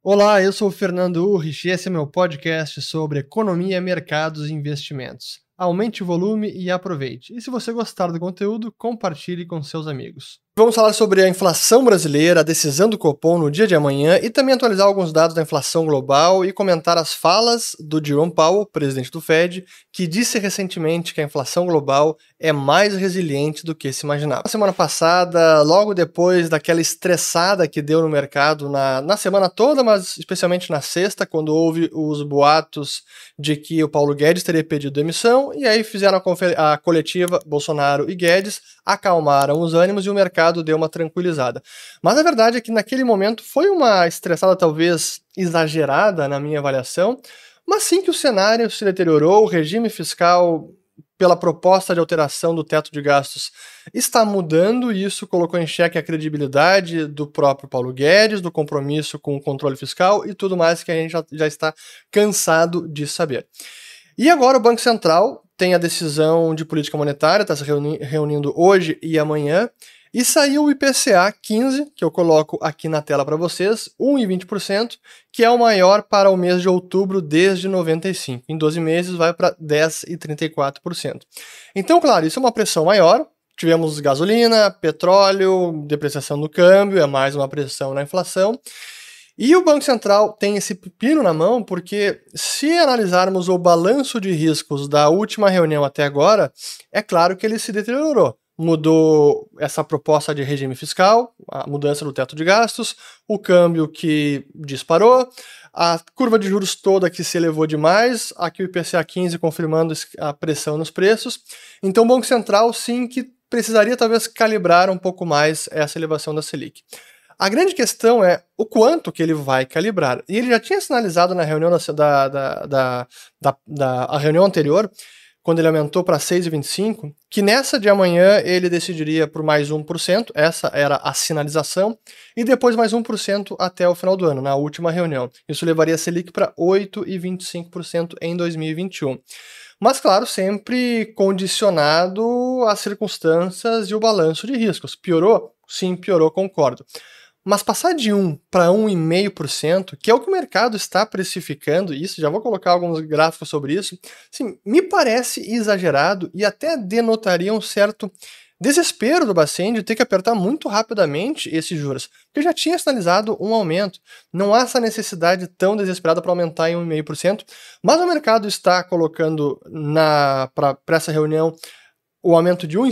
Olá, eu sou o Fernando Urrich e esse é meu podcast sobre economia, mercados e investimentos. Aumente o volume e aproveite. E se você gostar do conteúdo, compartilhe com seus amigos. Vamos falar sobre a inflação brasileira, a decisão do Copom no dia de amanhã e também atualizar alguns dados da inflação global e comentar as falas do Jerome Powell, presidente do Fed, que disse recentemente que a inflação global é mais resiliente do que se imaginava. Na semana passada, logo depois daquela estressada que deu no mercado na semana toda, mas especialmente na sexta, quando houve os boatos de que o Paulo Guedes teria pedido demissão, e aí fizeram a coletiva, Bolsonaro e Guedes acalmaram os ânimos e o mercado deu uma tranquilizada. Mas a verdade é que naquele momento foi uma estressada talvez exagerada na minha avaliação, mas sim que o cenário se deteriorou, o regime fiscal pela proposta de alteração do teto de gastos está mudando e isso colocou em xeque a credibilidade do próprio Paulo Guedes, do compromisso com o controle fiscal e tudo mais que a gente já está cansado de saber. E agora o Banco Central tem a decisão de política monetária, está se reunindo hoje e amanhã, e saiu o IPCA 15, que eu coloco aqui na tela para vocês, 1,20%, que é o maior para o mês de outubro desde 95. Em 12 meses vai para 10,34%. Então, claro, isso é uma pressão maior. Tivemos gasolina, petróleo, depreciação do câmbio, é mais uma pressão na inflação. E o Banco Central tem esse pepino na mão porque, se analisarmos o balanço de riscos da última reunião até agora, é claro que ele se deteriorou. Mudou essa proposta de regime fiscal, a mudança do teto de gastos, o câmbio que disparou, a curva de juros toda que se elevou demais, aqui o IPCA 15 confirmando a pressão nos preços. Então o Banco Central sim que precisaria talvez calibrar um pouco mais essa elevação da Selic. A grande questão é o quanto que ele vai calibrar. E ele já tinha sinalizado na reunião a reunião anterior, quando ele aumentou para 6,25, que nessa de amanhã ele decidiria por mais 1%, essa era a sinalização, e depois mais 1% até o final do ano, na última reunião. Isso levaria a Selic para 8,25% em 2021. Mas, claro, sempre condicionado às circunstâncias e o balanço de riscos. Piorou? Sim, piorou, concordo. Mas passar de 1 para 1,5%, que é o que o mercado está precificando, isso, já vou colocar alguns gráficos sobre isso, assim, me parece exagerado e até denotaria um certo desespero do Bacen de ter que apertar muito rapidamente esses juros, porque já tinha sinalizado um aumento, não há essa necessidade tão desesperada para aumentar em 1,5%, mas o mercado está colocando para essa reunião o aumento de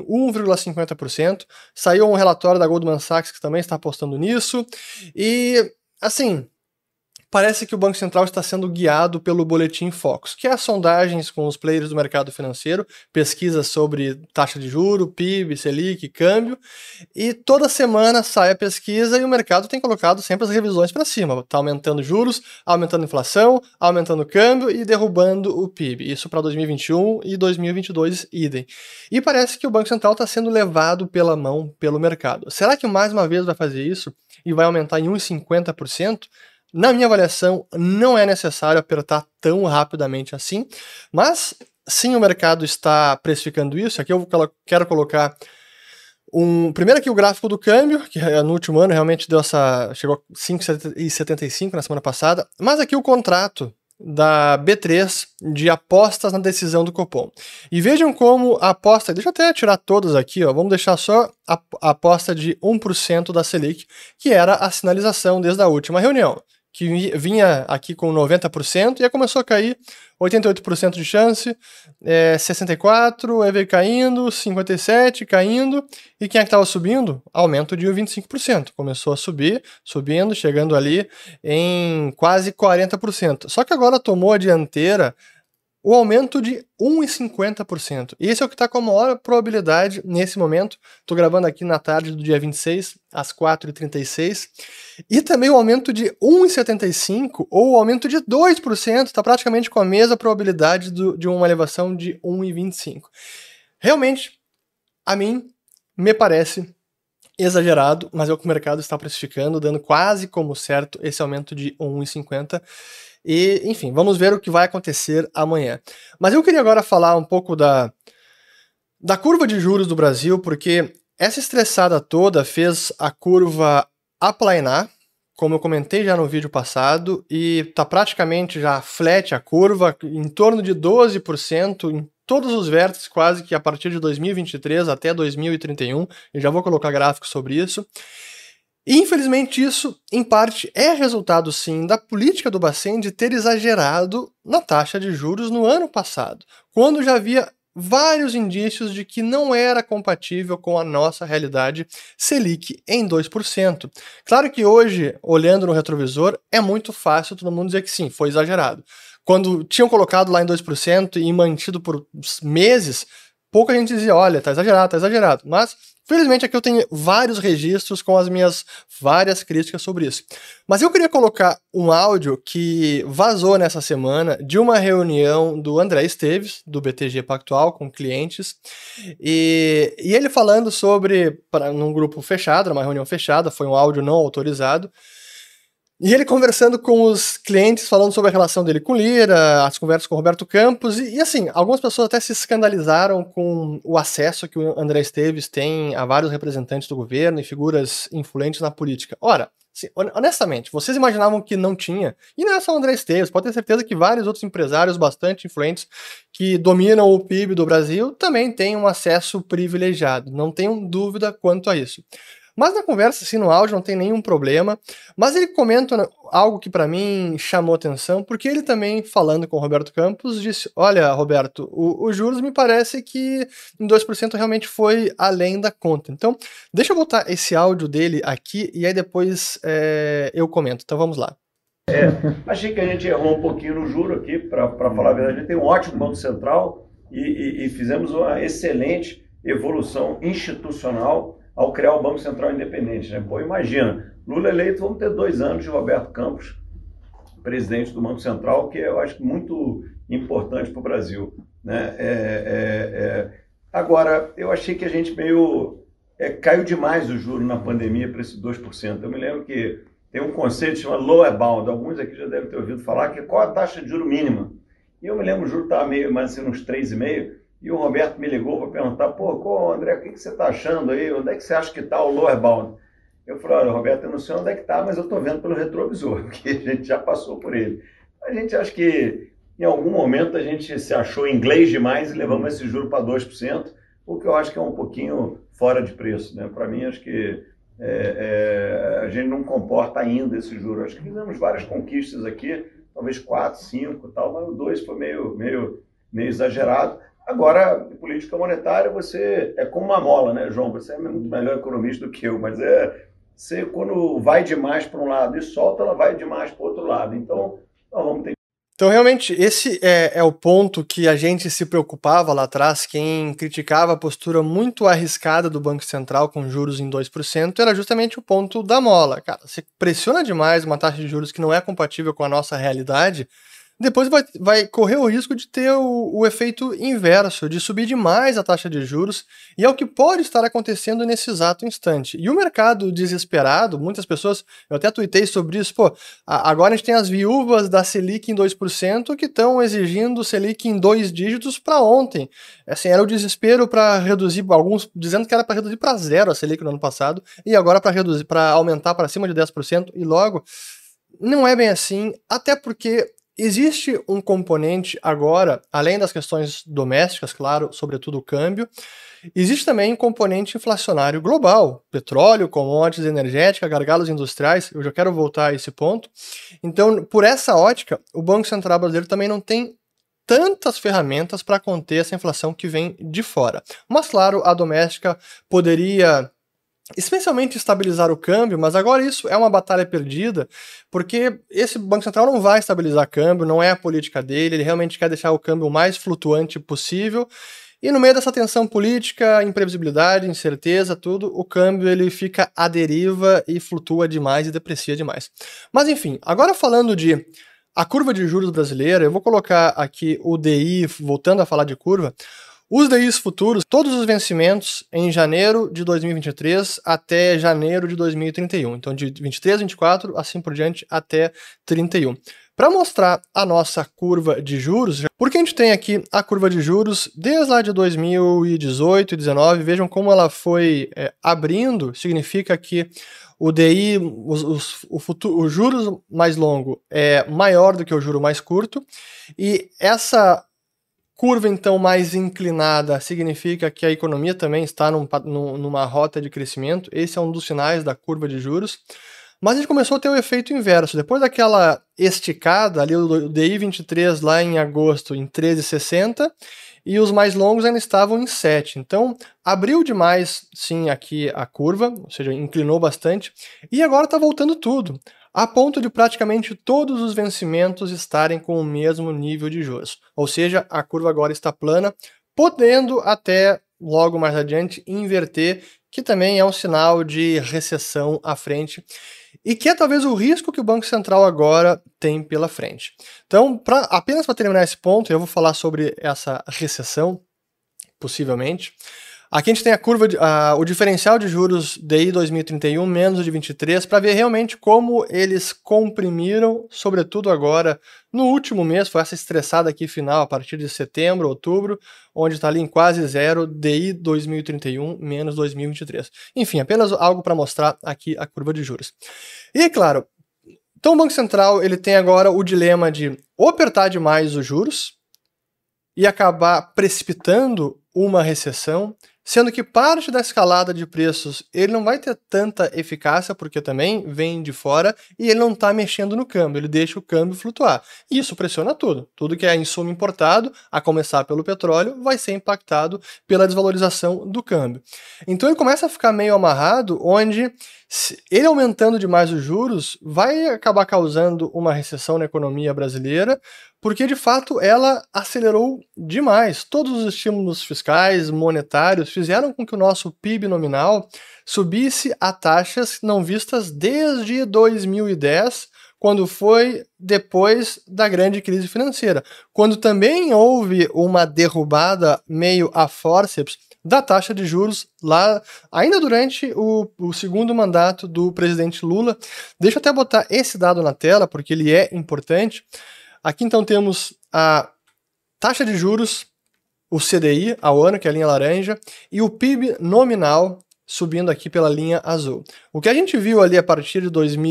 1,50%, saiu um relatório da Goldman Sachs que também está apostando nisso, e, assim, parece que o Banco Central está sendo guiado pelo Boletim Focus, que é as sondagens com os players do mercado financeiro, pesquisas sobre taxa de juro, PIB, Selic, câmbio, e toda semana sai a pesquisa e o mercado tem colocado sempre as revisões para cima, está aumentando juros, aumentando inflação, aumentando câmbio e derrubando o PIB, isso para 2021 e 2022 idem. E parece que o Banco Central está sendo levado pela mão pelo mercado. Será que mais uma vez vai fazer isso e vai aumentar em 1,50%? Na minha avaliação, não é necessário apertar tão rapidamente assim, mas sim, o mercado está precificando isso. Aqui eu quero colocar primeiro aqui o gráfico do câmbio, que no último ano realmente chegou a 5,75 na semana passada, mas aqui o contrato da B3 de apostas na decisão do Copom. E vejam como a aposta, deixa eu até tirar todas aqui, vamos deixar só a aposta de 1% da Selic, que era a sinalização desde a última reunião, que vinha aqui com 90% e aí começou a cair, 88% de chance, 64%, aí veio caindo, 57%, caindo, e quem é que estava subindo? Aumento de 25%, começou a subir, subindo, chegando ali em quase 40%. Só que agora tomou a dianteira o aumento de 1,50%. Esse é o que está com a maior probabilidade nesse momento. Estou gravando aqui na tarde do dia 26, às 4h36. E também o aumento de 1,75% ou o aumento de 2% está praticamente com a mesma probabilidade de uma elevação de 1,25%. Realmente, a mim, me parece exagerado, mas é o que o mercado está precificando, dando quase como certo esse aumento de 1,50%. E, enfim, vamos ver o que vai acontecer amanhã. Mas eu queria agora falar um pouco da curva de juros do Brasil, porque essa estressada toda fez a curva aplanar, como eu comentei já no vídeo passado, e está praticamente já flat a curva, em torno de 12% em todos os vértices, quase que a partir de 2023 até 2031, eu já vou colocar gráficos sobre isso. E, infelizmente, isso, em parte, é resultado, sim, da política do Bacen de ter exagerado na taxa de juros no ano passado, quando já havia vários indícios de que não era compatível com a nossa realidade Selic em 2%. Claro que hoje, olhando no retrovisor, é muito fácil todo mundo dizer que sim, foi exagerado. Quando tinham colocado lá em 2% e mantido por meses, pouca gente dizia, olha, tá exagerado, tá exagerado. Mas, felizmente, aqui eu tenho vários registros com as minhas várias críticas sobre isso. Mas eu queria colocar um áudio que vazou nessa semana de uma reunião do André Esteves, do BTG Pactual, com clientes, e ele falando sobre, num grupo fechado, numa reunião fechada, foi um áudio não autorizado, e ele conversando com os clientes, falando sobre a relação dele com Lira, as conversas com o Roberto Campos, e assim, algumas pessoas até se escandalizaram com o acesso que o André Esteves tem a vários representantes do governo e figuras influentes na política. Ora, assim, honestamente, vocês imaginavam que não tinha? E não é só o André Esteves, pode ter certeza que vários outros empresários bastante influentes que dominam o PIB do Brasil também têm um acesso privilegiado, não tenham dúvida quanto a isso. Mas na conversa, assim, no áudio, não tem nenhum problema. Mas ele comenta algo que para mim chamou atenção, porque ele também, falando com o Roberto Campos, disse, olha, Roberto, os juros me parece que em 2% realmente foi além da conta. Então, deixa eu botar esse áudio dele aqui e aí depois eu comento. Então vamos lá. Achei que a gente errou um pouquinho no juro aqui, para falar a verdade. A gente tem um ótimo Banco Central e fizemos uma excelente evolução institucional ao criar o Banco Central independente, né? Pô, imagina, Lula eleito, vamos ter 2 anos de Roberto Campos, presidente do Banco Central, que eu acho muito importante para o Brasil, né? Agora, eu achei que a gente meio caiu demais o juro na pandemia para esse 2%. Eu me lembro que tem um conceito chamado lower bound, alguns aqui já devem ter ouvido falar, que é qual a taxa de juro mínima. E eu me lembro, o juro estava meio mais assim, uns 3,5%, e o Roberto me ligou para perguntar, pô, André, o que você está achando aí? Onde é que você acha que está o lower bound? Eu falei, olha, Roberto, eu não sei onde é que está, mas eu estou vendo pelo retrovisor, porque a gente já passou por ele. A gente acha que em algum momento a gente se achou inglês demais e levamos esse juro para 2%, o que eu acho que é um pouquinho fora de preço, né? Para mim, acho que a gente não comporta ainda esse juro. Acho que fizemos várias conquistas aqui, talvez 4, 5 e tal, mas o 2 foi meio exagerado. Agora, política monetária, você é como uma mola, né, João? Você é muito melhor economista do que eu, mas você, quando vai demais para um lado e solta, ela vai demais para o outro lado. Então, nós vamos ter. Então, realmente, esse é o ponto que a gente se preocupava lá atrás, quem criticava a postura muito arriscada do Banco Central com juros em 2%, era justamente o ponto da mola. Cara, você pressiona demais uma taxa de juros que não é compatível com a nossa realidade, depois vai correr o risco de ter o efeito inverso, de subir demais a taxa de juros, e é o que pode estar acontecendo nesse exato instante. E o mercado desesperado, muitas pessoas, eu até tuitei sobre isso, agora a gente tem as viúvas da Selic em 2% que estão exigindo Selic em 2 dígitos para ontem. Assim, era o desespero para reduzir, alguns dizendo que era para reduzir para 0 a Selic no ano passado, e agora para aumentar para cima de 10%, e logo, não é bem assim, até porque existe um componente agora, além das questões domésticas, claro, sobretudo o câmbio, existe também um componente inflacionário global, petróleo, commodities, energética, gargalos industriais, eu já quero voltar a esse ponto. Então, por essa ótica, o Banco Central brasileiro também não tem tantas ferramentas para conter essa inflação que vem de fora. Mas, claro, a doméstica poderia especialmente estabilizar o câmbio, mas agora isso é uma batalha perdida, porque esse Banco Central não vai estabilizar câmbio, não é a política dele, ele realmente quer deixar o câmbio o mais flutuante possível, e no meio dessa tensão política, imprevisibilidade, incerteza, tudo, o câmbio ele fica à deriva e flutua demais e deprecia demais. Mas enfim, agora falando de a curva de juros brasileira, eu vou colocar aqui o DI, voltando a falar de curva. Os DIs futuros, todos os vencimentos em janeiro de 2023 até janeiro de 2031. Então, de 23, 24, assim por diante, até 31. Para mostrar a nossa curva de juros, porque a gente tem aqui a curva de juros desde lá de 2018 e 2019, vejam como ela foi abrindo, significa que o DI, o juros mais longo é maior do que o juro mais curto, e essa curva, então, mais inclinada significa que a economia também está numa rota de crescimento. Esse é um dos sinais da curva de juros. Mas a gente começou a ter o efeito inverso. Depois daquela esticada, ali o DI 23 lá em agosto em 13,60, e os mais longos ainda estavam em 7. Então, abriu demais, sim, aqui a curva, ou seja, inclinou bastante, e agora está voltando tudo, a ponto de praticamente todos os vencimentos estarem com o mesmo nível de juros. Ou seja, a curva agora está plana, podendo até logo mais adiante inverter, que também é um sinal de recessão à frente, e que é talvez o risco que o Banco Central agora tem pela frente. Então, apenas para terminar esse ponto, eu vou falar sobre essa recessão, possivelmente. Aqui a gente tem a curva, o diferencial de juros DI 2031 menos o de 23, para ver realmente como eles comprimiram, sobretudo agora, no último mês, foi essa estressada aqui final, a partir de setembro, outubro, onde está ali em quase zero, DI 2031 menos 2023. Enfim, apenas algo para mostrar aqui a curva de juros. E, claro, então o Banco Central ele tem agora o dilema de ou apertar demais os juros e acabar precipitando uma recessão, sendo que parte da escalada de preços ele não vai ter tanta eficácia, porque também vem de fora, e ele não está mexendo no câmbio, ele deixa o câmbio flutuar. E isso pressiona tudo. Tudo que é insumo importado, a começar pelo petróleo, vai ser impactado pela desvalorização do câmbio. Então ele começa a ficar meio amarrado, onde ele aumentando demais os juros vai acabar causando uma recessão na economia brasileira, porque de fato ela acelerou demais. Todos os estímulos fiscais, monetários, fizeram com que o nosso PIB nominal subisse a taxas não vistas desde 2010, quando foi depois da grande crise financeira, quando também houve uma derrubada meio a fórceps da taxa de juros lá, ainda durante o segundo mandato do presidente Lula. Deixa eu até botar esse dado na tela, porque ele é importante. Aqui então temos a taxa de juros, o CDI ao ano, que é a linha laranja, e o PIB nominal subindo aqui pela linha azul. O que a gente viu ali a partir de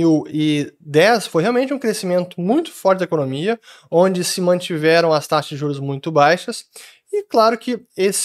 2010 foi realmente um crescimento muito forte da economia, onde se mantiveram as taxas de juros muito baixas, e claro que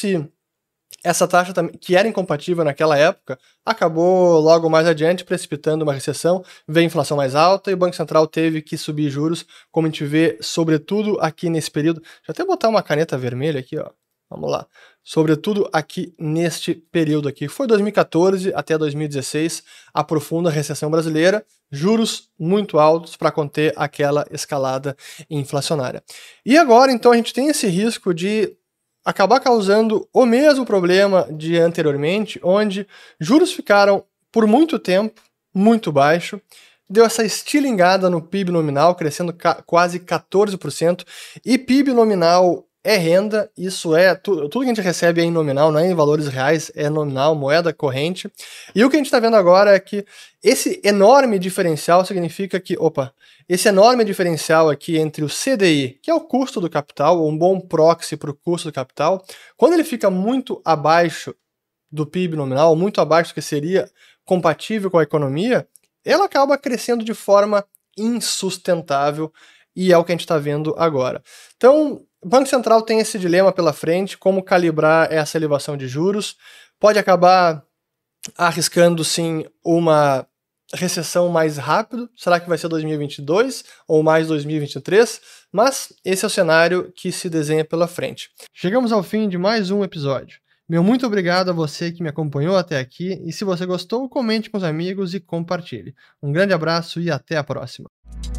essa taxa, que era incompatível naquela época, acabou logo mais adiante precipitando uma recessão, veio inflação mais alta e o Banco Central teve que subir juros, como a gente vê, sobretudo aqui nesse período. Deixa eu até botar uma caneta vermelha aqui, ó. Vamos lá. Sobretudo aqui neste período aqui. Foi 2014 até 2016, a profunda recessão brasileira, juros muito altos para conter aquela escalada inflacionária. E agora, então, a gente tem esse risco de acabar causando o mesmo problema de anteriormente, onde juros ficaram por muito tempo muito baixo, deu essa estilingada no PIB nominal, crescendo quase 14%, e PIB nominal é renda, isso é, tudo que a gente recebe é em nominal, não é em valores reais, é nominal, moeda corrente. E o que a gente está vendo agora é que esse enorme diferencial significa que, esse enorme diferencial aqui entre o CDI, que é o custo do capital, um bom proxy para o custo do capital, quando ele fica muito abaixo do PIB nominal, muito abaixo do que seria compatível com a economia, ela acaba crescendo de forma insustentável, e é o que a gente está vendo agora. Então, o Banco Central tem esse dilema pela frente, como calibrar essa elevação de juros. Pode acabar arriscando, sim, uma recessão mais rápido. Será que vai ser 2022 ou mais 2023? Mas esse é o cenário que se desenha pela frente. Chegamos ao fim de mais um episódio. Meu muito obrigado a você que me acompanhou até aqui, e se você gostou, comente com os amigos e compartilhe. Um grande abraço e até a próxima.